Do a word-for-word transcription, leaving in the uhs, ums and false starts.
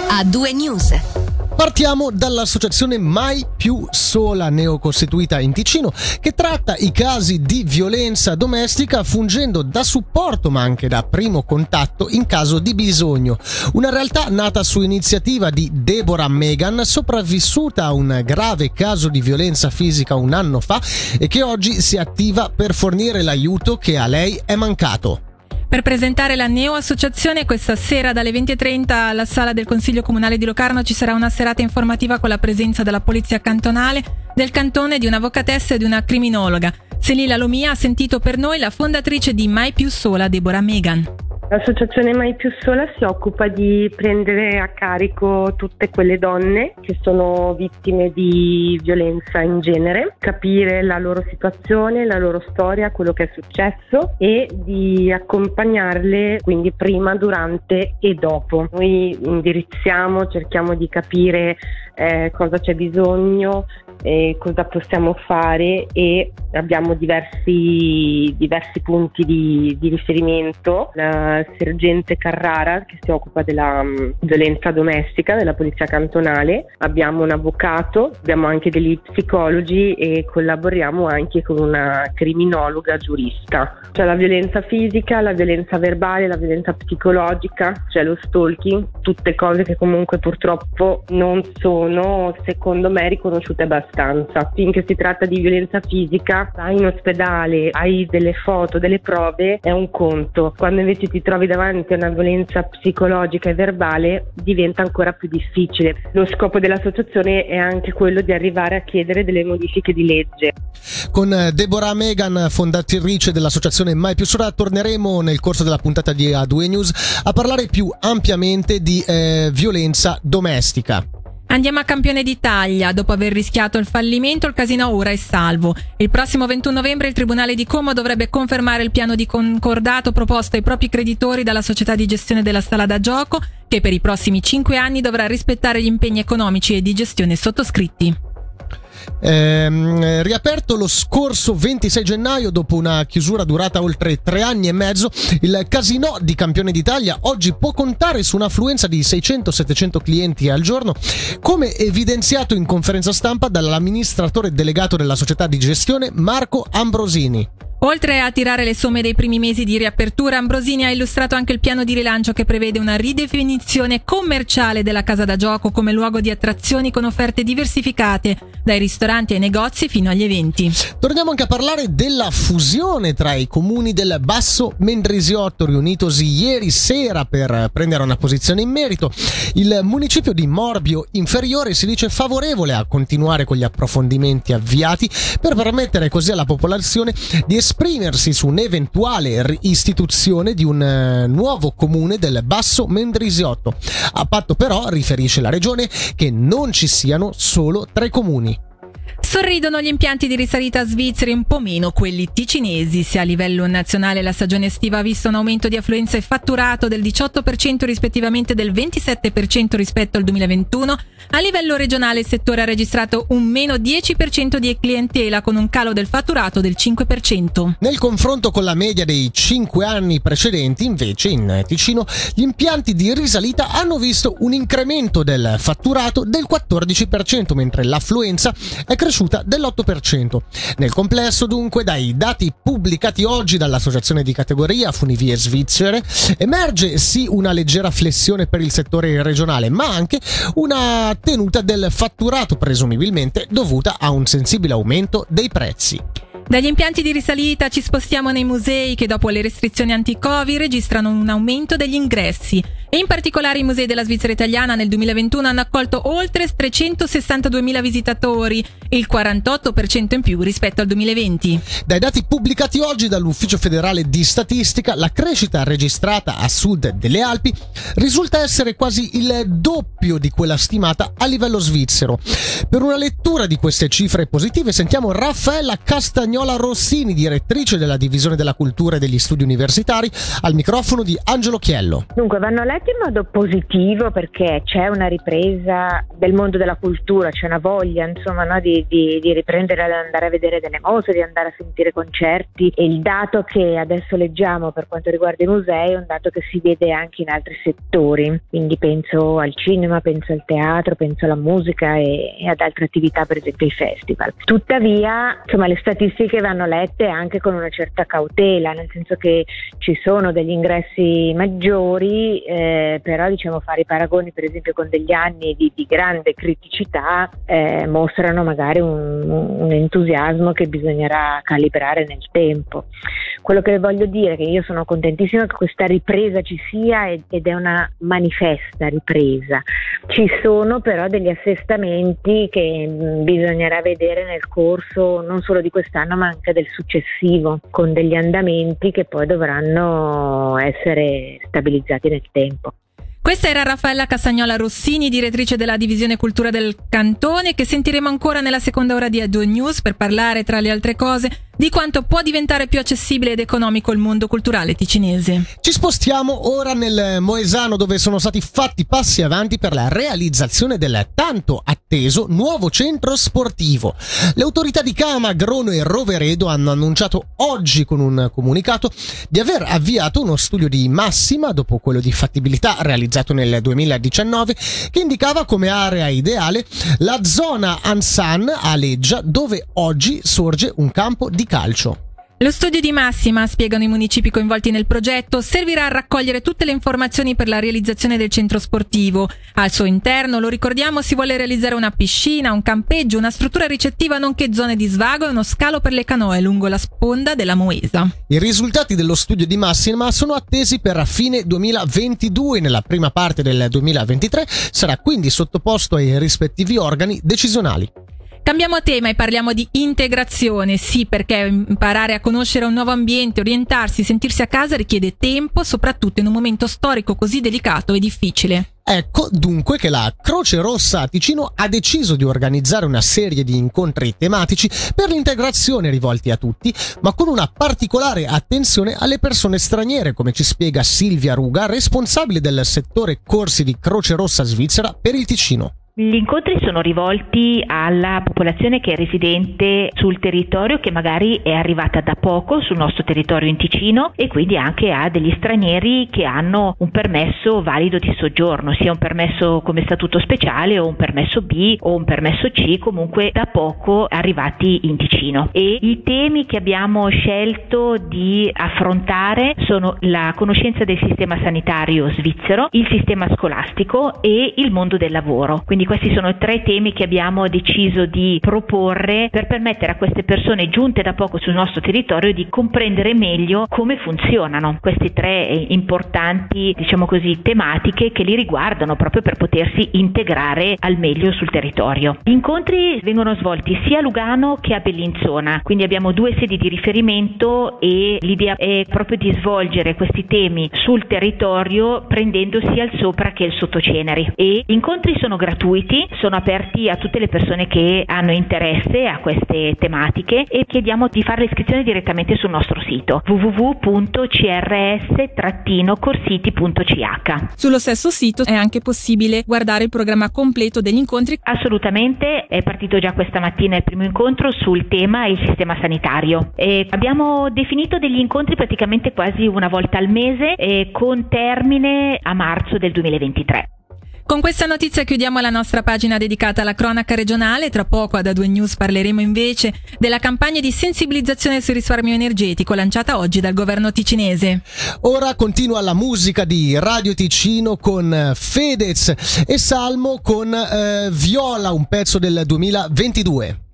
A due News. Partiamo dall'associazione Mai Più Sola, neocostituita in Ticino, che tratta i casi di violenza domestica fungendo da supporto ma anche da primo contatto in caso di bisogno. Una realtà nata su iniziativa di Deborah Megan, sopravvissuta a un grave caso di violenza fisica un anno fa e che oggi si attiva per fornire l'aiuto che a lei è mancato. Per presentare la neo-associazione, questa sera dalle venti e trenta alla sala del Consiglio Comunale di Locarno ci sarà una serata informativa con la presenza della Polizia Cantonale, del Cantone, di un'avvocatessa e di una criminologa. Selila Lomia ha sentito per noi la fondatrice di Mai Più Sola, Deborah Megan. L'associazione Mai Più Sola si occupa di prendere a carico tutte quelle donne che sono vittime di violenza in genere, capire la loro situazione, la loro storia, quello che è successo e di accompagnarle quindi prima, durante e dopo. Noi indirizziamo, cerchiamo di capire eh, cosa c'è bisogno, eh, cosa possiamo fare e abbiamo diversi, diversi punti di, di riferimento. La sergente Carrara, che si occupa della um, violenza domestica della Polizia Cantonale, abbiamo un avvocato, abbiamo anche degli psicologi e collaboriamo anche con una criminologa giurista. C'è la violenza fisica, la violenza verbale, la violenza psicologica, c'è lo stalking, tutte cose che comunque purtroppo non sono, secondo me, riconosciute abbastanza. Finché si tratta di violenza fisica, vai in ospedale, hai delle foto, delle prove, è un conto. Quando invece ti trovi davanti a una violenza psicologica e verbale diventa ancora più difficile. Lo scopo dell'associazione è anche quello di arrivare a chiedere delle modifiche di legge. Con Deborah Megan, fondatrice dell'associazione Mai Più Sola, torneremo nel corso della puntata di A due News a parlare più ampiamente di eh, violenza domestica. Andiamo a campione d'Italia. Dopo aver rischiato il fallimento, il casino ora è salvo. Il prossimo ventuno novembre il Tribunale di Como dovrebbe confermare il piano di concordato proposto ai propri creditori dalla società di gestione della sala da gioco, che per i prossimi cinque anni dovrà rispettare gli impegni economici e di gestione sottoscritti. Eh, riaperto lo scorso ventisei gennaio dopo una chiusura durata oltre tre anni e mezzo, il Casinò di Campione d'Italia oggi può contare su un'affluenza di seicento settecento clienti al giorno, come evidenziato in conferenza stampa dall'amministratore delegato della società di gestione Marco Ambrosini. Oltre a tirare le somme dei primi mesi di riapertura, Ambrosini ha illustrato anche il piano di rilancio che prevede una ridefinizione commerciale della casa da gioco come luogo di attrazioni con offerte diversificate, dai ristoranti ai negozi fino agli eventi. Torniamo anche a parlare della fusione tra i comuni del Basso Mendrisiotto, riunitosi ieri sera per prendere una posizione in merito. Il municipio di Morbio Inferiore si dice favorevole a continuare con gli approfondimenti avviati per permettere così alla popolazione di esprimersi su un'eventuale istituzione di un uh, nuovo comune del Basso Mendrisiotto. A patto però, riferisce la regione, che non ci siano solo tre comuni. Sorridono gli impianti di risalita svizzeri, un po' meno quelli ticinesi. Se a livello nazionale la stagione estiva ha visto un aumento di affluenza e fatturato del diciotto per cento rispettivamente del ventisette per cento rispetto al duemilaventuno, a livello regionale il settore ha registrato un meno dieci per cento di clientela con un calo del fatturato del cinque per cento. Nel confronto con la media dei cinque anni precedenti, invece, in Ticino gli impianti di risalita hanno visto un incremento del fatturato del quattordici per cento, mentre l'affluenza è cresciuta dell'otto per cento. Nel complesso, dunque, dai dati pubblicati oggi dall'associazione di categoria Funivie Svizzere, emerge sì una leggera flessione per il settore regionale, ma anche una tenuta del fatturato, presumibilmente dovuta a un sensibile aumento dei prezzi. Dagli impianti di risalita ci spostiamo nei musei che dopo le restrizioni anti-Covid registrano un aumento degli ingressi e in particolare i musei della Svizzera italiana nel duemilaventuno hanno accolto oltre trecentosessantaduemila visitatori, il quarantotto per cento in più rispetto al duemilaventi. Dai dati pubblicati oggi dall'Ufficio federale di statistica, la crescita registrata a sud delle Alpi risulta essere quasi il doppio di quella stimata a livello svizzero. Per una lettura di queste cifre positive sentiamo Raffaella Castagnola Rossini, direttrice della divisione della cultura e degli studi universitari, al microfono di Angelo Chiello. Dunque vanno letti effetti in modo positivo, perché c'è una ripresa del mondo della cultura, c'è una voglia insomma no, di, di, di riprendere ad andare a vedere delle mostre, di andare a sentire concerti, e il dato che adesso leggiamo per quanto riguarda i musei è un dato che si vede anche in altri settori, quindi penso al cinema, penso al teatro, penso alla musica e, e ad altre attività, per esempio i festival. Tuttavia insomma le statistiche vanno lette anche con una certa cautela, nel senso che ci sono degli ingressi maggiori, eh, però diciamo fare i paragoni per esempio con degli anni di, di grande criticità eh, mostrano magari un, un entusiasmo che bisognerà calibrare nel tempo. Quello che voglio dire è che io sono contentissima che questa ripresa ci sia, ed è una manifesta ripresa. Ci sono però degli assestamenti che bisognerà vedere nel corso non solo di quest'anno ma anche del successivo, con degli andamenti che poi dovranno essere stabilizzati nel tempo. Questa era Raffaella Castagnola Rossini, direttrice della divisione cultura del Cantone, che sentiremo ancora nella seconda ora di A due News per parlare, tra le altre cose, di quanto può diventare più accessibile ed economico il mondo culturale ticinese. Ci spostiamo ora nel Moesano, dove sono stati fatti passi avanti per la realizzazione del tanto atteso nuovo centro sportivo. Le autorità di Cama, Grono e Roveredo hanno annunciato oggi con un comunicato di aver avviato uno studio di massima dopo quello di fattibilità realizzato nel duemiladiciannove, che indicava come area ideale la zona Ansan a Leggia, dove oggi sorge un campo di calcio. Lo studio di massima, spiegano i municipi coinvolti nel progetto, servirà a raccogliere tutte le informazioni per la realizzazione del centro sportivo. Al suo interno, lo ricordiamo, si vuole realizzare una piscina, un campeggio, una struttura ricettiva nonché zone di svago e uno scalo per le canoe lungo la sponda della Moesa. I risultati dello studio di massima sono attesi per fine duemilaventidue. Nella prima parte del duemilaventitré sarà quindi sottoposto ai rispettivi organi decisionali. Cambiamo tema e parliamo di integrazione. Sì, perché imparare a conoscere un nuovo ambiente, orientarsi, sentirsi a casa richiede tempo, soprattutto in un momento storico così delicato e difficile. Ecco dunque che la Croce Rossa a Ticino ha deciso di organizzare una serie di incontri tematici per l'integrazione rivolti a tutti, ma con una particolare attenzione alle persone straniere, come ci spiega Silvia Ruga, responsabile del settore corsi di Croce Rossa Svizzera per il Ticino. Gli incontri sono rivolti alla popolazione che è residente sul territorio, che magari è arrivata da poco sul nostro territorio in Ticino, e quindi anche a degli stranieri che hanno un permesso valido di soggiorno, sia un permesso come statuto speciale o un permesso B o un permesso C, comunque da poco arrivati in Ticino. E i temi che abbiamo scelto di affrontare sono la conoscenza del sistema sanitario svizzero, il sistema scolastico e il mondo del lavoro. Quindi questi sono tre temi che abbiamo deciso di proporre per permettere a queste persone giunte da poco sul nostro territorio di comprendere meglio come funzionano queste tre importanti, diciamo così, tematiche che li riguardano, proprio per potersi integrare al meglio sul territorio. Gli incontri vengono svolti sia a Lugano che a Bellinzona, quindi abbiamo due sedi di riferimento e l'idea è proprio di svolgere questi temi sul territorio prendendo sia il sopra che il sottoceneri. E gli incontri sono gratuiti, sono aperti a tutte le persone che hanno interesse a queste tematiche, e chiediamo di fare l'iscrizione direttamente sul nostro sito w w w punto c r s trattino corsiti punto c h. Sullo stesso sito è anche possibile guardare il programma completo degli incontri? Assolutamente, è partito già questa mattina il primo incontro sul tema il sistema sanitario, e abbiamo definito degli incontri praticamente quasi una volta al mese, e con termine a marzo del duemilaventitré. Con questa notizia chiudiamo la nostra pagina dedicata alla cronaca regionale. Tra poco ad A due News parleremo invece della campagna di sensibilizzazione sul risparmio energetico lanciata oggi dal governo ticinese. Ora continua la musica di Radio Ticino con Fedez e Salmo con eh, Viola, un pezzo del duemilaventidue.